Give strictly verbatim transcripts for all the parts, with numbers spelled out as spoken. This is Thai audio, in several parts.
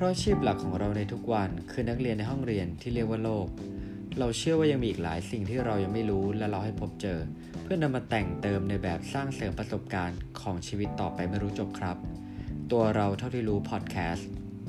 ราะอาชีพหลักของเราในทุกวันคือนักเรียนในห้องเรียนที่เรียกว่าโลกเราเชื่อว่ายังมีอีกหลายสิ่งที่เรายังไม่รู้และเราให้พบเจอเพื่อนำมาแต่งเติมในแบบสร้างเสริมประสบการณ์ของชีวิตต่อไปไม่รู้จบครับตัวเราเท่าที่รู้พอดแคสต์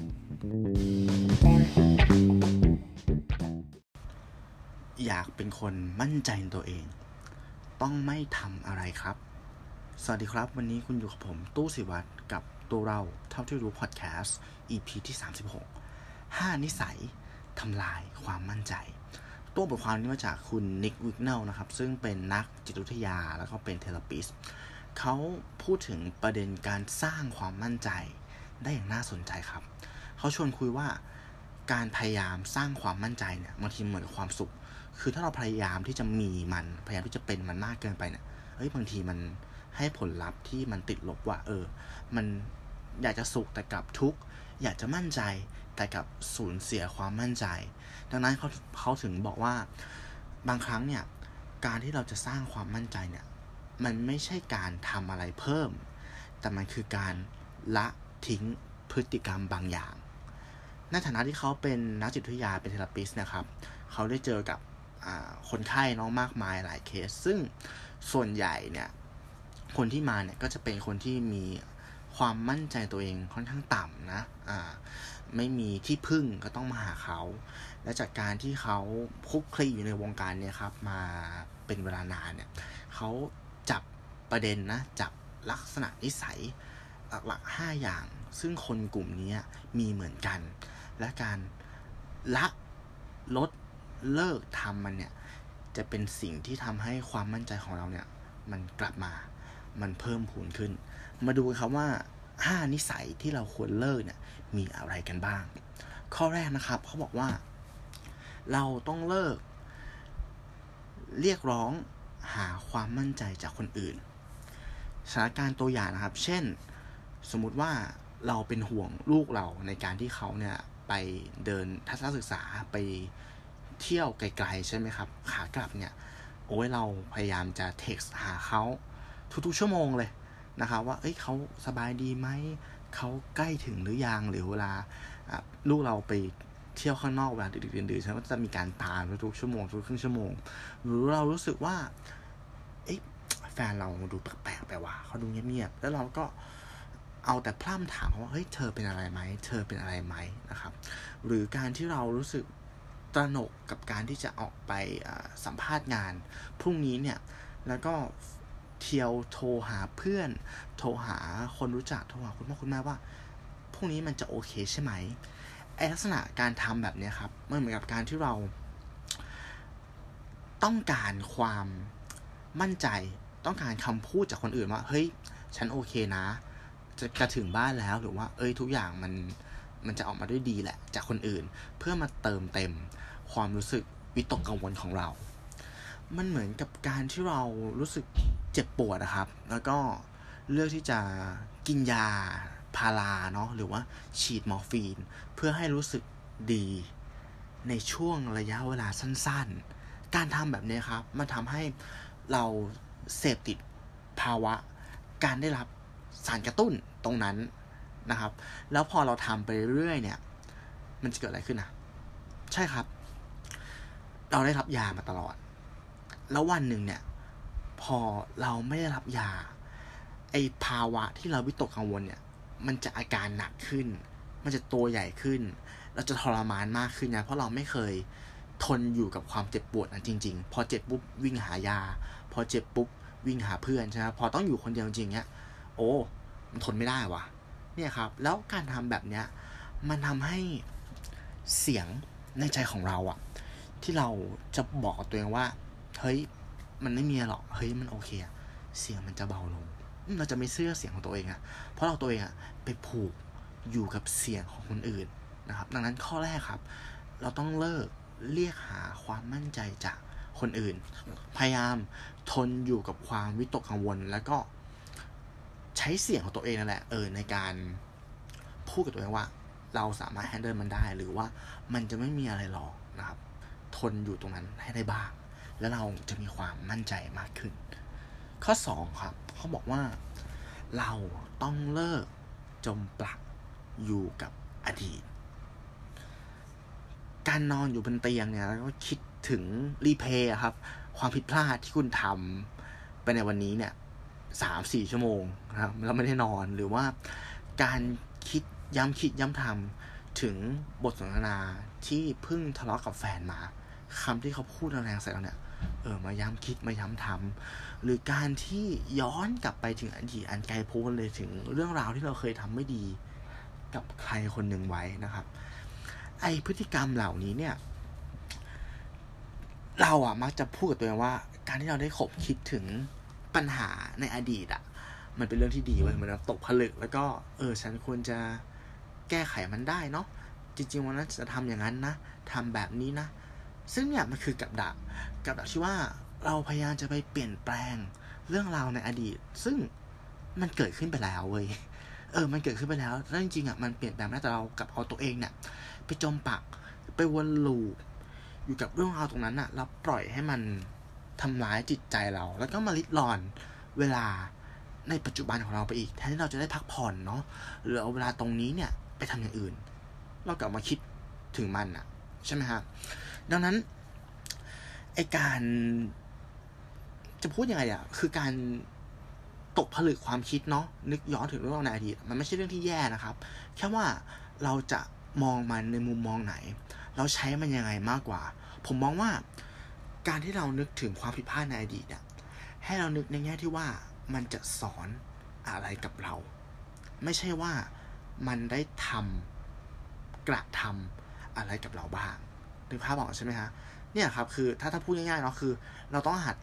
อยากเป็นคนมั่นใจในตัวเองต้องไม่ทำอะไรครับสวัสดีครับวันนี้คุณอยู่กับผมตู้ศิวัตรกับตัวเราเท่าที่รู้พอดแคสต์ อี พี ที่สามสิบหก ห้านิสัยทำลายความมั่นใจตัวบทความนี้มาจากคุณนิกวิกเนลนะครับซึ่งเป็นนักจิตวิทยาแล้วก็เป็นเทเลปิสต์เขาพูดถึงประเด็นการสร้างความมั่นใจได้อย่างน่าสนใจครับเขาชวนคุยว่าการพยายามสร้างความมั่นใจเนี่ยบางทีเหมือนความสุขคือถ้าเราพยายามที่จะมีมันพยายามที่จะเป็นมันมากเกินไปเนี่ยเอ้ยบางทีมันให้ผลลัพธ์ที่มันติดลบว่าเออมันอยากจะสุขแต่กลับทุกข์อยากจะมั่นใจแต่กลับสูญเสียความมั่นใจดังนั้นเขาเขาถึงบอกว่าบางครั้งเนี่ยการที่เราจะสร้างความมั่นใจเนี่ยมันไม่ใช่การทำอะไรเพิ่มแต่มันคือการละทิ้งพฤติกรรมบางอย่างในฐานะที่เขาเป็นนักจิตวิทยาเป็นเทเลปิสต์นะครับเขาได้เจอกับคนไข้น้องมากมายหลายเคสซึ่งส่วนใหญ่เนี่ยคนที่มาเนี่ยก็จะเป็นคนที่มีความมั่นใจตัวเองค่อนข้างต่ำนะอ่าไม่มีที่พึ่งก็ต้องมาหาเขาและจากการที่เขาคลุกคลีอยู่ในวงการเนี่ยครับมาเป็นเวลานานเนี่ยเขาจับประเด็นนะจับลักษณะนิสัยหลักๆห้าอย่างซึ่งคนกลุ่มนี้มีเหมือนกันและการละลดเลิกทำมันเนี่ยจะเป็นสิ่งที่ทำให้ความมั่นใจของเราเนี่ยมันกลับมามันเพิ่มพูนขึ้นมาดูกันครับว่าห้านิสัยที่เราควรเลิกเนี่ยมีอะไรกันบ้างข้อแรกนะครับเขาบอกว่าเราต้องเลิกเรียกร้องหาความมั่นใจจากคนอื่นสถานการณ์ตัวอย่างนะครับเช่นสมมุติว่าเราเป็นห่วงลูกเราในการที่เขาเนี่ยไปเดินทัศนศึกษาไปเที่ยวไกลๆใช่ไหมครับขากลับเนี่ยโอ้ยเราพยายามจะเท็กซ์หาเขาทุกๆชั่วโมงเลยนะครับว่าเอ้ยเขาสบายดีไหมเขาใกล้ถึงหรือยังหรือเวลาลูกเราไปเที่ยวข้างนอกเวลาดึกๆดื่นๆใช่ไหมก็จะมีการตามทุกๆชั่วโมงทุกครึ่งชั่วโมงหรือเรารู้สึกว่าเอ๊ะแฟนเราดูแปลกๆไปว่ะเขาดูเงียบๆแล้วเราก็เอาแต่พร่ำถามว่าเฮ้ยเธอเป็นอะไรไหมเธอเป็นอะไรไหมนะครับหรือการที่เรารู้สึกตระหนกกับการที่จะออกไปสัมภาษณ์งานพรุ่งนี้เนี่ยแล้วก็เที่ยวโทรหาเพื่อนโทรหาคนรู้จักโทรหาคุณพ่อคุณแม่ว่าพรุ่งนี้มันจะโอเคใช่ไหมไอ้ลักษณะการทำแบบนี้ครับมันเหมือนกับการที่เราต้องการความมั่นใจต้องการคำพูดจากคนอื่นว่าเฮ้ยฉันโอเคนะจะจะถึงบ้านแล้วหรือว่าเอ้ยทุกอย่างมันมันจะออกมาด้วยดีแหละจากคนอื่นเพื่อมาเติมเต็มความรู้สึกวิตกกังวลของเรามันเหมือนกับการที่เรารู้สึกเจ็บปวดนะครับแล้วก็เลือกที่จะกินยาพาราเนาะหรือว่าฉีดมอร์ฟีนเพื่อให้รู้สึกดีในช่วงระยะเวลาสั้นๆการทำแบบนี้ครับมันทำให้เราเสพติดภาวะการได้รับสารกระตุ้นตรงนั้นนะครับแล้วพอเราทำไปเรื่อยเนี่ยมันจะเกิดอะไรขึ้นนะใช่ครับเราได้รับยามาตลอดแล้ววันหนึ่งเนี่ยพอเราไม่ได้รับยาไอ้ภาวะที่เราวิตกกังวลเนี่ยมันจะอาการหนักขึ้นมันจะตัวใหญ่ขึ้นเราจะทรมานมากขึ้นนะเพราะเราไม่เคยทนอยู่กับความเจ็บปวดนั้นจริงๆพอเจ็บปุ๊บวิ่งหายาพอเจ็บปุ๊บวิ่งหาเพื่อนใช่ไหมพอต้องอยู่คนเดียวจริงๆเนี่ยโอ้มันทนไม่ได้ว่ะเนี่ยครับแล้วการทำแบบเนี้ยมันทำให้เสียงในใจของเราอะที่เราจะบอกกับตัวเองว่าเฮ้ยมันไม่มีหรอกเฮ้ยมันโอเคอะเสียงมันจะเบาลงเราจะไม่เชื่อเสียงของตัวเองอะเพราะเราตัวเองอะไปผูกอยู่กับเสียงของคนอื่นนะครับดังนั้นข้อแรกครับเราต้องเลิกเรียกหาความมั่นใจจากคนอื่นพยายามทนอยู่กับความวิตกกังวลแล้วก็ใช้เสียงของตัวเองนั่นแหละเออในการพูดกับตัวเองว่าเราสามารถแฮนเดิลมันได้หรือว่ามันจะไม่มีอะไรหรอกนะครับทนอยู่ตรงนั้นให้ได้บ้างแล้วเราจะมีความมั่นใจมากขึ้นข้อสองครับเขาบอกว่าเราต้องเลิกจมปลักอยู่กับอดีตการนอนอยู่บนเตียงเนี่ยแล้วก็คิดถึงรีเพย์ครับความผิดพลาดที่คุณทำไปในวันนี้เนี่ยสามสี่ชั่วโมงนะครับแล้วไม่ได้นอนหรือว่าการคิดย้ำคิดย้ำทำถึงบทสนทนาที่เพิ่งทะเลาะกับแฟนมาคำที่เขาพูดแรงๆใส่เราเนี่ยเออมาย้ำคิดมาย้ำทำหรือการที่ย้อนกลับไปถึงอดีตอันไกลโพ้นเลยถึงเรื่องราวที่เราเคยทำไม่ดีกับใครคนหนึ่งไว้นะครับไอพฤติกรรมเหล่านี้เนี่ยเราอะมักจะพูดกับตัวเองว่าการที่เราได้ขบคิดถึงปัญหาในอดีตอะมันเป็นเรื่องที่ดีเว้ยเหมือนเราตกผลึกแล้วก็เออฉันควรจะแก้ไขมันได้เนาะจริงๆวันนั้นจะทำอย่างนั้นนะทำแบบนี้นะซึ่งเนี่ยมันคือกับดักกับดักที่ว่าเราพยายามจะไปเปลี่ยนแปลงเรื่องราวในอดีตซึ่งมันเกิดขึ้นไปแล้วเว้ยเออมันเกิดขึ้นไปแล้วแล้วจริงๆอ่ะมันเปลี่ยนแปลงได้แต่เรากับเอาตัวเองเนี่ยไปจมปักไปวนลูปอยู่กับเรื่องราวตรงนั้นอ่ะเราปล่อยให้มันทำร้ายจิตใจเราแล้วก็มาลิดรอนเวลาในปัจจุบันของเราไปอีกแทนที่เราจะได้พักผ่อนเนาะหรือเอาเวลาตรงนี้เนี่ยไปทำอย่างอื่นเรากลับมาคิดถึงมันอ่ะใช่ไหมครับดังนั้นไอการจะพูดยังไงอ่ะคือการตกผลึกความคิดเนาะนึกย้อนถึงเรื่องในอดีตมันไม่ใช่เรื่องที่แย่นะครับแค่ว่าเราจะมองมันในมุมมองไหนเราใช้มันยังไงมากกว่าผมมองว่าการที่เรานึกถึงความผิดพลาดในอดีตอ่ะให้เรานึกในแง่ที่ว่ามันจะสอนอะไรกับเราไม่ใช่ว่ามันได้ทำกระทำอะไรกับเราบ้างนึกภาพออกใช่ไหมฮะเนี่ยครับคือถ้าถ้าพูดง่ายๆเนาะคือเราต้องหัด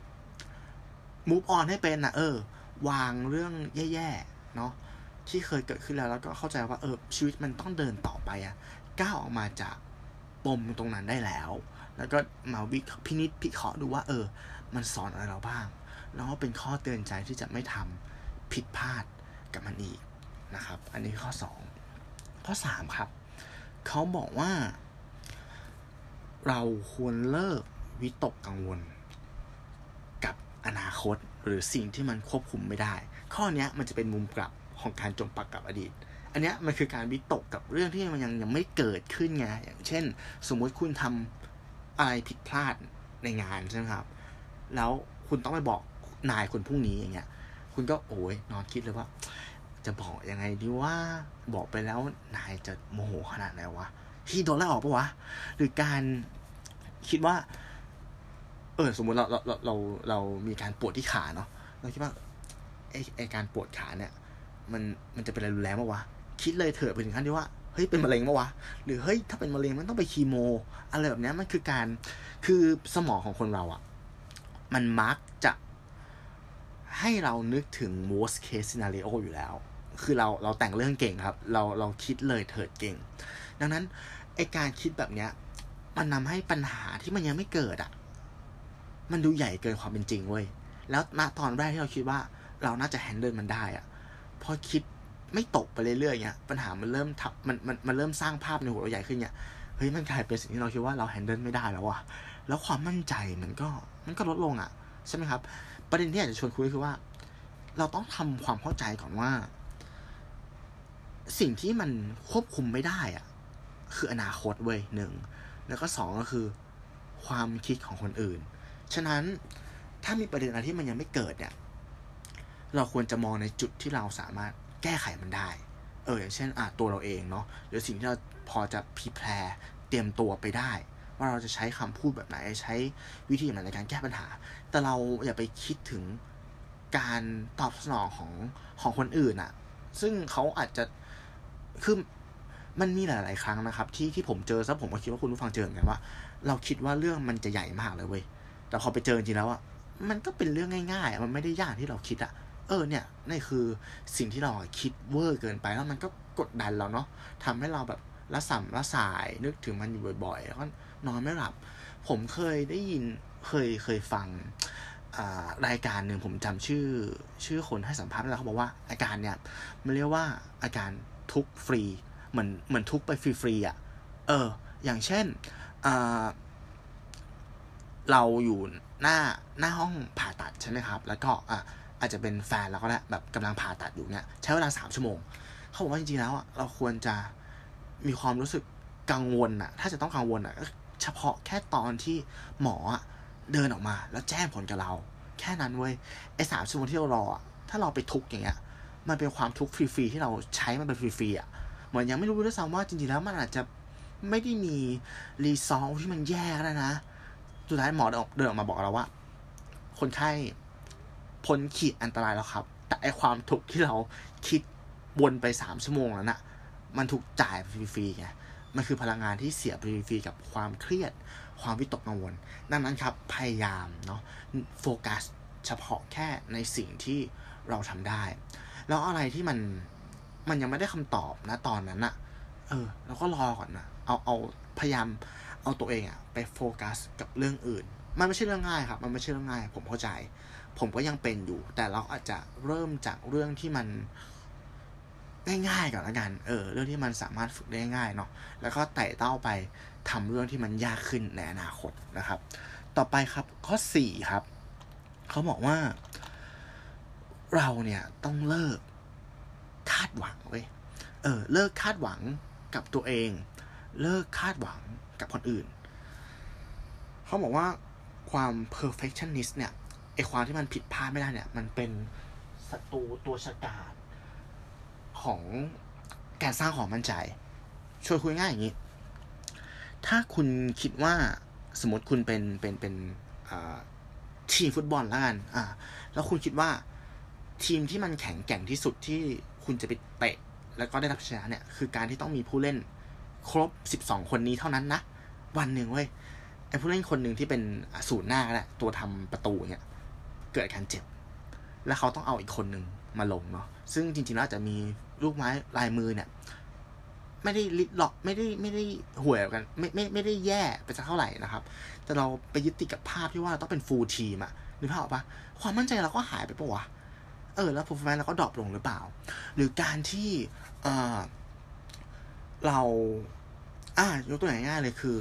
move on ให้เป็นนะเออวางเรื่องแย่ๆเนาะที่เคยเกิดขึ้นแล้วแล้วก็เข้าใจว่าเออชีวิตมันต้องเดินต่อไปอะก้าวออกมาจากปมตรงนั้นได้แล้วแล้วก็มาวิพินิจพิเคราะห์ดูว่าเออมันสอนอะไรเราบ้างแล้วก็เป็นข้อเตือนใจที่จะไม่ทำผิดพลาดกับมันอีกนะครับอันนี้ข้อสองข้อสามครับเขาบอกว่าเราควรเลิกวิตกกังวลกับอนาคตหรือสิ่งที่มันควบคุมไม่ได้ข้อนี้มันจะเป็นมุมกลับของการจมปักกับอดีตอันนี้มันคือการวิตกกับเรื่องที่มันยังยังไม่เกิดขึ้นไงอย่างเช่นสมมติคุณทำอะไรผิดพลาดในงานใช่ไหมครับแล้วคุณต้องไปบอกนายคนพรุ่งนี้อย่างเงี้ยคุณก็โอ้ยนอนคิดเลยว่าจะบอกยังไงดีว่าบอกไปแล้วนายจะโมโหขนาดไหนวะที่โดนไล่ออกปะวะหรือการคิดว่าเออสมมุติเราเราเราเราเรามีการปวดที่ขาเนาะเราคิดว่าไอ้ไอ้การปวดขาเนี่ยมันมันจะเป็นอะไรรุนแรงปะวะคิดเลยเถิดไปถึงขั้นที่ว่าเฮ้ยเป็นมะเร็งปะวะหรือเฮ้ยถ้าเป็นมะเร็งมันต้องไปคีโมอะไรแบบนี้มันคือการคือสมองของคนเราอ่ะมันมักจะให้เรานึกถึง worst case scenario อยู่แล้วคือเราเราแต่งเรื่องเก่งครับเราเราคิดเลยเถิดเก่งดังนั้นไอ้การคิดแบบเนี้ยมันนำให้ปัญหาที่มันยังไม่เกิดอ่ะมันดูใหญ่เกินความเป็นจริงเว้ยแล้วณตอนแรกที่เราคิดว่าเราน่าจะแฮนเดิลมันได้อ่ะพอคิดไม่ตกไปเรื่อยๆเงี้ยปัญหามันเริ่มทับมันมันมันเริ่มสร้างภาพในหัวเราใหญ่ขึ้นเนี่ยเฮ้ยมันกลายเป็นสิ่งที่เราคิดว่าเราแฮนเดิลไม่ได้แล้วอ่ะแล้วความมั่นใจมันก็มันก็ลดลงอ่ะใช่ไหมครับประเด็นที่อยากจะชวนคุยคือว่าเราต้องทำความเข้าใจก่อนว่าสิ่งที่มันควบคุมไม่ได้อ่ะคืออนาคตเว้ยหนึ่งแล้วก็สองก็คือความคิดของคนอื่นฉะนั้นถ้ามีประเด็นอะไรที่มันยังไม่เกิดเนี่ยเราควรจะมองในจุดที่เราสามารถแก้ไขมันได้เอออย่างเช่นอ่ะตัวเราเองเนาะหรือสิ่งที่เราพอจะพรีแพร์เตรียมตัวไปได้ว่าเราจะใช้คำพูดแบบไหนใช้วิธีไหนในการแก้ปัญหาแต่เราอย่าไปคิดถึงการตอบสนองของของคนอื่นอ่ะซึ่งเขาอาจจะคือมันมีหลายๆครั้งนะครับที่ที่ผมเจอซะผมก็คิดว่าคุณผู้ฟังเจอเหมือนกันว่าเราคิดว่าเรื่องมันจะใหญ่มากเลยเว้ยแต่พอไปเจอจริงแล้วอ่ะมันก็เป็นเรื่องง่ายๆมันไม่ได้ยากที่เราคิดอ่ะเออเนี่ยนี่คือสิ่งที่เราคิดเวอร์เกินไปแล้วมันก็กดดันเราเนาะทำให้เราแบบละสัมละสายนึกถึงมันอยู่บ่อยๆแล้วก็นอนไม่หลับผมเคยได้ยินเคยเคยฟังรายการหนึ่งผมจำชื่อชื่อคนให้สัมภาษณ์แล้วเขาบอกว่าอาการเนี่ยมันเรียกว่าอาการทุกข์ฟรีเหมือนเหมือนทุกข์ไปฟรีๆอ่ะเอออย่างเช่นเราอยู่หน้าหน้าห้องผ่าตัดใช่ไหมครับแล้วก็อ่ะอาจจะเป็นแฟนเราก็ได้แบบกำลังผ่าตัดอยู่เนี่ยใช้เวลาสามชั่วโมงเขาบอกว่าจริงๆแล้วอ่ะเราควรจะมีความรู้สึกกังวลอะถ้าจะต้องกังวลอะเฉพาะแค่ตอนที่หมอเดินออกมาแล้วแจ้งผลกับเราแค่นั้นเว้ยไอ้สามชั่วโมงที่เรารอถ้าเราไปทุกข์อย่างเงี้ยมันเป็นความทุกข์ฟรีๆที่เราใช้มันเป็นฟรีๆอ่ะเหมือนยังไม่รู้ด้วยซ้ำว่าจริงๆแล้วมันอาจจะไม่ได้มีรีซอลที่มันแย่แล้วนะสุดท้ายหมอเดินออกมาบอกเราว่าคนไข้พ้นขีดอันตรายแล้วครับแต่ไอ้ความทุกข์ที่เราคิดวนไปสามชั่วโมงนั้นน่ะมันถูกจ่ายฟรีๆไงมันคือพลังงานที่เสียฟรีๆกับความเครียดความวิตกกังวลดังนั้นครับพยายามเนาะโฟกัสเฉพาะแค่ในสิ่งที่เราทำได้แล้วอะไรที่มันมันยังไม่ได้คำตอบนะตอนนั้นน่ะเออเราก็รอก่อนนะเอาเอาพยายามเอาตัวเองอะไปโฟกัสกับเรื่องอื่นมันไม่ใช่เรื่องง่ายครับมันไม่ใช่เรื่องง่ายผมเข้าใจผมก็ยังเป็นอยู่แต่เราอาจจะเริ่มจากเรื่องที่มันง่ายๆก่อนละกันเออเรื่องที่มันสามารถฝึกได้ง่ายเนาะแล้วก็ไต่เต้าไปทำเรื่องที่มันยากขึ้นในอนาคตนะครับต่อไปครับข้อสี่ครับเขาบอกว่าเราเนี่ยต้องเลิกคาดหวังเว้ยเออเลิกคาดหวังกับตัวเองเลิกคาดหวังกับคนอื่นเขาบอกว่าความ perfectionist เนี่ยไอความที่มันผิดพลาดไม่ได้เนี่ยมันเป็นศัตรูตัวฉกาจของการสร้างความมั่นใจช่วยคุยง่ายอย่างนี้ถ้าคุณคิดว่าสมมติคุณเป็นเป็นเป็นทีมฟุตบอลแล้วกันอ่าแล้วคุณคิดว่าทีมที่มันแข็งแกร่งที่สุดที่คุณจะไปเตะแล้วก็ได้รับชนะเนี่ยคือการที่ต้องมีผู้เล่นครบสิบสองคนนี้เท่านั้นนะวันหนึ่งเว้ยไอ้ผู้เล่นคนหนึ่งที่เป็นศูนย์หน้าแหละตัวทำประตูเนี่ยเกิดการเจ็บแล้วเขาต้องเอาอีกคนหนึ่งมาลงเนาะซึ่งจริงๆแล้วอาจจะมีลูกไม้ลายมือเนี่ยไม่ได้ลิดหลอกไม่ได้ไม่ได้ห่วยกันไม่ไม่ไม่ได้แย่ไปสักเท่าไหร่นะครับแต่เราไปยึดติดกับภาพที่ว่าเราต้องเป็นฟูลทีมอะนึกภาพออกปะความมั่นใจเราก็หายไปปะวะเออแล้ว performance เราก็ดรอปลงหรือเปล่าหรือการที่เออเราอ่ะยกตัวอย่างง่ายๆเลยคือ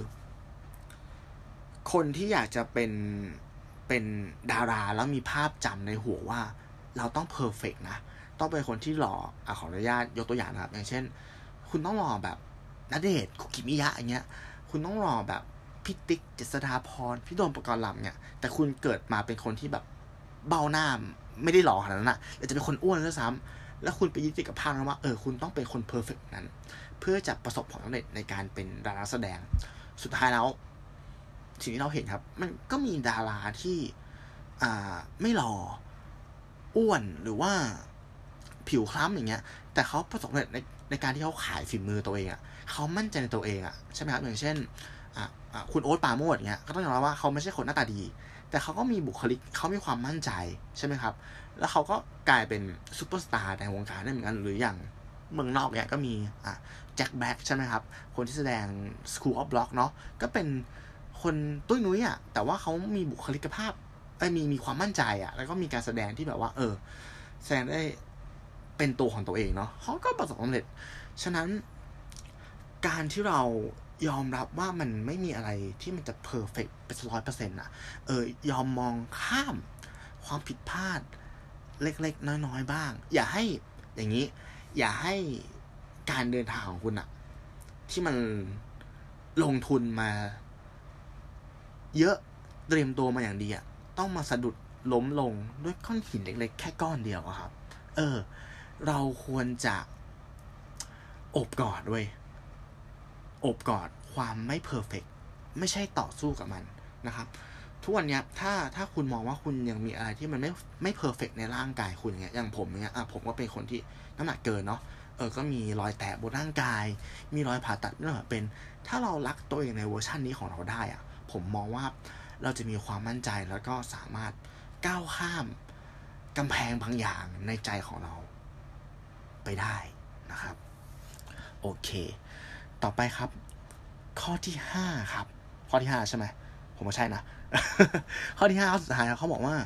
คนที่อยากจะเป็นเป็นดาราแล้วมีภาพจำในหัวว่าเราต้องเพอร์เฟกต์นะต้องเป็นคนที่หล่ออ่ะขออนุญาตยกตัวอย่างนะครับอย่างเช่นคุณต้องหล่อแบบณเดชน์คุกิมิยะอย่างเงี้ยคุณต้องหล่อแบบพี่ติ๊กเจษฎาพรพี่โดมปกรณ์ลำเนี่ยแต่คุณเกิดมาเป็นคนที่แบบเบ้าหน้าไม่ได้หล่อขนาดนั้นนะแต่จะเป็นคนอ้วนด้วยซ้ำแล้วคุณไปยึดติดกับภาพนั้นว่าเออคุณต้องเป็นคนเพอร์เฟกต์นั้นเพื่อจะประสบผลสำเร็จในการเป็นดาราแสดงสุดท้ายแล้วสิ่งที่เราเห็นครับมันก็มีดาราที่อ่าไม่หล่ออ้วนหรือว่าผิวคล้ำอย่างเงี้ยแต่เขาประสบความสำเร็จในในการที่เขาขายฝีมือตัวเองอ่ะเขามั่นใจในตัวเองอ่ะใช่ไหมครับอย่างเช่นอ่าคุณโอ๊ตปราโมชเงี้ยก็ต้องยอมรับว่าเขาไม่ใช่คนหน้าตาดีแต่เขาก็มีบุคลิกเขามีความมั่นใจใช่ไหมครับแล้วเขาก็กลายเป็นซุปเปอร์สตาร์ในวงการได้เหมือนกันหรืออย่างเมืองนอกเนี่ยก็มีอ่ะแจ็คแบล็กใช่ไหมครับคนที่แสดง School of Rock เนาะก็เป็นคนตุ้ยนุ้ยอ่ะแต่ว่าเขามีบุคลิกภาพไอ้มีมีความมั่นใจอ่ะแล้วก็มีการแสดงที่แบบว่าเออแสดงได้เป็นตัวของตัวเองเนาะเขาก็ประสบความสำเร็จฉะนั้นการที่เรายอมรับว่ามันไม่มีอะไรที่มันจะเพอร์เฟกต์เป็นร้อยเปอร์เซ็นต์อ่ะเออยอมมองข้ามความผิดพลาดเล็กๆน้อยๆบ้างอย่าให้อย่างนี้อย่าให้การเดินทางของคุณอ่ะที่มันลงทุนมาเยอะเตรียมตัวมาอย่างดีอ่ะต้องมาสะดุดล้มลงด้วยก้อนหินเล็กๆแค่ก้อนเดียวครับเออเราควรจะโอบกอดด้วยโอบกอดความไม่เพอร์เฟกต์ไม่ใช่ต่อสู้กับมันนะครับทุกวันนี้ถ้าถ้าคุณมองว่าคุณยังมีอะไรที่มันไม่ไม่เพอร์เฟกต์ในร่างกายคุณอย่างเงี้ยอย่างผมเงี้ยอ่ะผมก็เป็นคนที่น้ำหนักเกินเนาะเออก็มีรอยแตกบนร่างกายมีรอยผ่าตัดนี่แหละเป็นถ้าเรารักตัวเองในเวอร์ชันนี้ของเราได้อ่ะผมมองว่าเราจะมีความมั่นใจแล้วก็สามารถก้าวข้ามกำแพงบางอย่างในใจของเราไปได้นะครับโอเคต่อไปครับข้อที่ห้าครับข้อที่ห้าใช่ไหมผมว่าใช่นะ ข้อที่ห้าข้อสุดท้ายเขาบอกว่า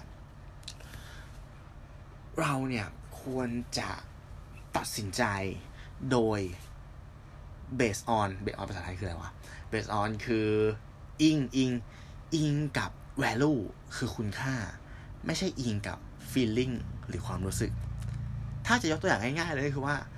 เราเนี่ยควรจะตัดสินใจโดย based on based on ภาษาไทยคืออะไรวะ based on คืออิงอิงอิงกับ value คือคุณค่าไม่ใช่อิงกับ feeling หรือความรู้สึกถ้าจะยกตัวอย่างง่ายๆเลยคือว่า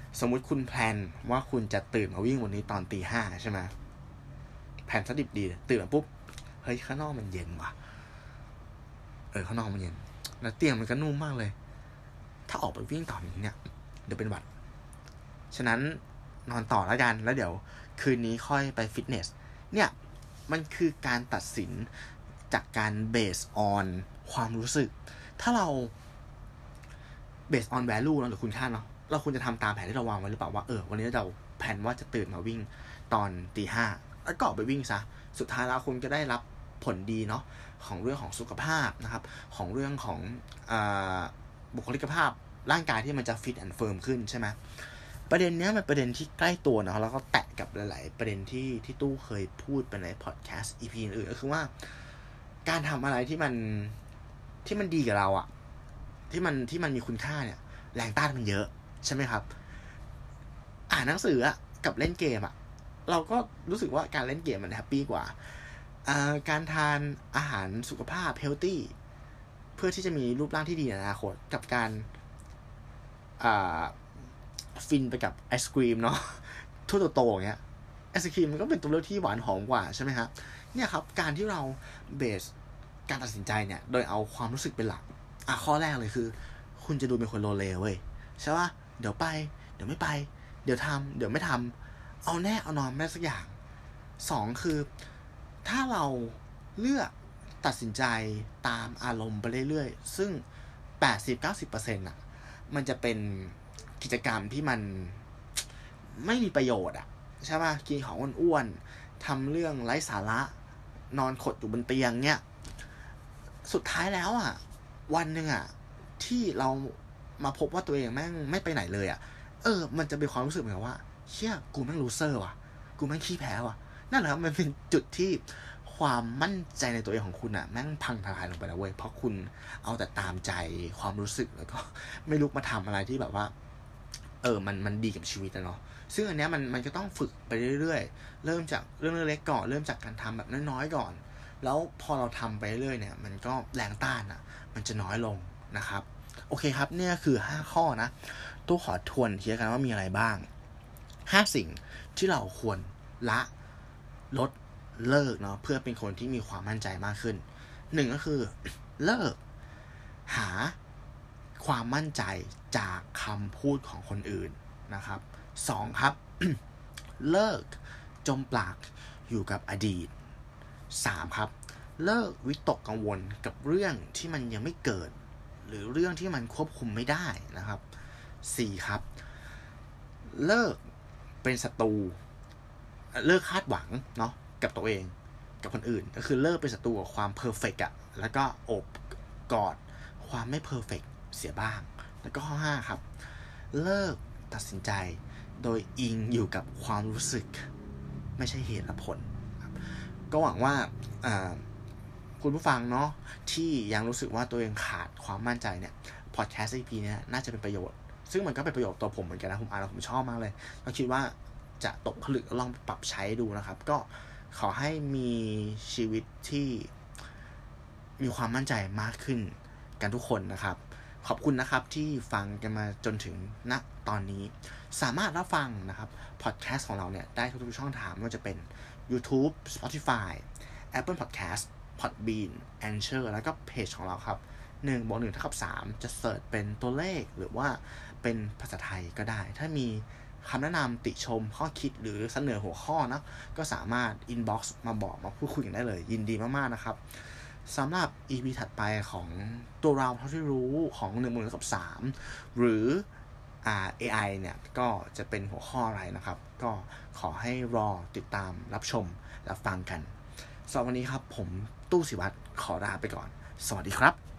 สมมุติคุณแพลนว่าคุณจะตื่นมาวิ่งวันนี้ตอนตีห้าใช่ไหมแพลนซะดิบดีตื่นมาปุ๊บเฮ้ยข้างนอกมันเย็นว่ะเออข้างนอกมันเย็นแล้วเตียงมันก็นุ่มมากเลยถ้าออกไปวิ่งต่อนี้เนี่ยเดี๋ยวเป็นหวัดฉะนั้นนอนต่อแล้วกันแล้วเดี๋ยวคืนนี้ค่อยไปฟิตเนสเนี่ยมันคือการตัดสินจากการเบสออนความรู้สึกถ้าเราเบสออนแวลูเนาะหรือคุณค่าเนาะเราควรจะทำตามแผนที่เราวางไว้หรือเปล่าว่าเออวันนี้เราแผนว่าจะตื่นมาวิ่งตอนตีห้าแล้วก็ออกไปวิ่งซะสุดท้ายแล้วคุณก็ได้รับผลดีเนาะของเรื่องของสุขภาพนะครับของเรื่องของอ่าบุคลิกภาพร่างกายที่มันจะฟิตแอนด์เฟิร์มขึ้นใช่ไหมประเด็นเนี้ยมันประเด็นที่ใกล้ตัวนะแล้วก็แตะกับหลายๆประเด็นที่ที่ตู้เคยพูดไปในพอดแคสต์ อี พี อื่นก็คือว่าการทำอะไรที่มันที่มันดีกับเราอะที่มันที่มันมีคุณค่าเนี่ยแรงต้านมันเยอะใช่ไหมครับอ่านหนังสืออะกับเล่นเกมอะเราก็รู้สึกว่าการเล่นเกมมันแฮปปี้กว่าการทานอาหารสุขภาพเฮลตี้เพื่อที่จะมีรูปร่างที่ดีในอนาคตกับการอ่าฟินไปกับไอศกรีมเนาะทั่วโตๆอย่างเงี้ยไอศกรีมมันก็เป็นตัวเลือกที่หวานหอมกว่าใช่ไหมครับเนี่ยครับการที่เราเบสการตัดสินใจเนี่ยโดยเอาความรู้สึกเป็นหลักอ่ะข้อแรกเลยคือคุณจะดูเป็นคนโลเลเว้ยใช่ป่ะเดี๋ยวไปเดี๋ยวไม่ไปเดี๋ยวทำเดี๋ยวไม่ทำเอาแน่เอานอนไม่ได้สักอย่างสองคือถ้าเราเลือกตัดสินใจตามอารมณ์ไปเรื่อยๆซึ่ง แปดสิบถึงเก้าสิบเปอร์เซ็นต์ อ่ะมันจะเป็นกิจกรรมที่มันไม่มีประโยชน์อ่ะใช่ป่ะกินของอ้วนๆทำเรื่องไร้สาระนอนขดอยู่บนเตียงเนี่ยสุดท้ายแล้วอ่ะวันนึงอ่ะที่เรามาพบว่าตัวเองแม่งไม่ไปไหนเลยอ่ะเออมันจะเป็นความรู้สึกเหมือนว่าเชี่ยกูแม่งลูเซอร์ว่ะกูแม่งขี้แพ้ว่ะนั่นแหละครับมันเป็นจุดที่ความมั่นใจในตัวเองของคุณอ่ะแม่งพังทลายลงไปแล้วเว้ยเพราะคุณเอาแต่ตามใจความรู้สึกแล้วก็ไม่ลุกมาทำอะไรที่แบบว่าเออมันมันดีกับชีวิตนะเนาะซึ่งอันเนี้ยมันมันก็ต้องฝึกไปเรื่อยๆเริ่มจากเรื่องเล็กๆก่อนเริ่มจากการทำแบบน้อยๆก่อนแล้วพอเราทำไปเรื่อยเนี่ยมันก็แรงต้านอ่ะมันจะน้อยลงนะครับโอเคครับเนี่ยคือห้าข้อนะตู้ขอทวนทีละกันว่ามีอะไรบ้างห้าสิ่งที่เราควรละลดเลิกเนาะเพื่อเป็นคนที่มีความมั่นใจมากขึ้นหนึ่งก็คือเลิกหาความมั่นใจจากคำพูดของคนอื่นนะครับสองครับ เลิกจมปลักอยู่กับอดีตสามครับเลิกวิตกกังวลกับเรื่องที่มันยังไม่เกิดหรือเรื่องที่มันควบคุมไม่ได้นะครับสี่ครับเลิกเป็นศัตรูเลิกคาดหวังเนาะกับตัวเองกับคนอื่นก็คือเลิกเป็นศัตรูกับความเพอร์เฟกต์อ่ะแล้วก็โอบกอดความไม่เพอร์เฟกต์เสียบ้างแล้วก็ข้อห้าครับเลิกตัดสินใจโดยอิงอยู่กับความรู้สึกไม่ใช่เหตุและผลก็หวังว่าคุณผู้ฟังเนาะที่ยังรู้สึกว่าตัวเองขาดความมั่นใจเนี่ยพอดแคสต์ อี พี เนี้ยน่าจะเป็นประโยชน์ซึ่งมันก็เป็นประโยชน์ตัวผมเหมือนกันนะผมอ่านแล้วผมชอบมากเลยก็คิดว่าจะตกผลึกลองปรับใช้ดูนะครับก็ขอให้มีชีวิตที่มีความมั่นใจมากขึ้นกันทุกคนนะครับขอบคุณนะครับที่ฟังกันมาจนถึงณตอนนี้สามารถรับฟังนะครับพอดแคสต์ของเราเนี่ยได้ทุกๆช่องทางไม่ว่าจะเป็น YouTube Spotify Apple Podcast Podbean Anchor แล้วก็เพจของเราครับหนึ่งบวกหนึ่งเท่ากับสามจะเสิร์ชเป็นตัวเลขหรือว่าเป็นภาษาไทยก็ได้ถ้ามีคำแนะนำติชมข้อคิดหรือเสนอหัวข้อนะก็สามารถ inbox มาบอกมาพูดคุยกันได้เลยยินดีมากๆนะครับสำหรับ อี พี ถัดไปของตัวเราเท่าที่รู้ของหนึ่งบวกหนึ่งเท่ากับสามหรืออ่า เอ ไอ เนี่ยก็จะเป็นหัวข้ออะไรนะครับก็ขอให้รอติดตามรับชมรับฟังกันสำหรับวันนี้ครับผมตู้ศิวัตรขอลาไปก่อนสวัสดีครับ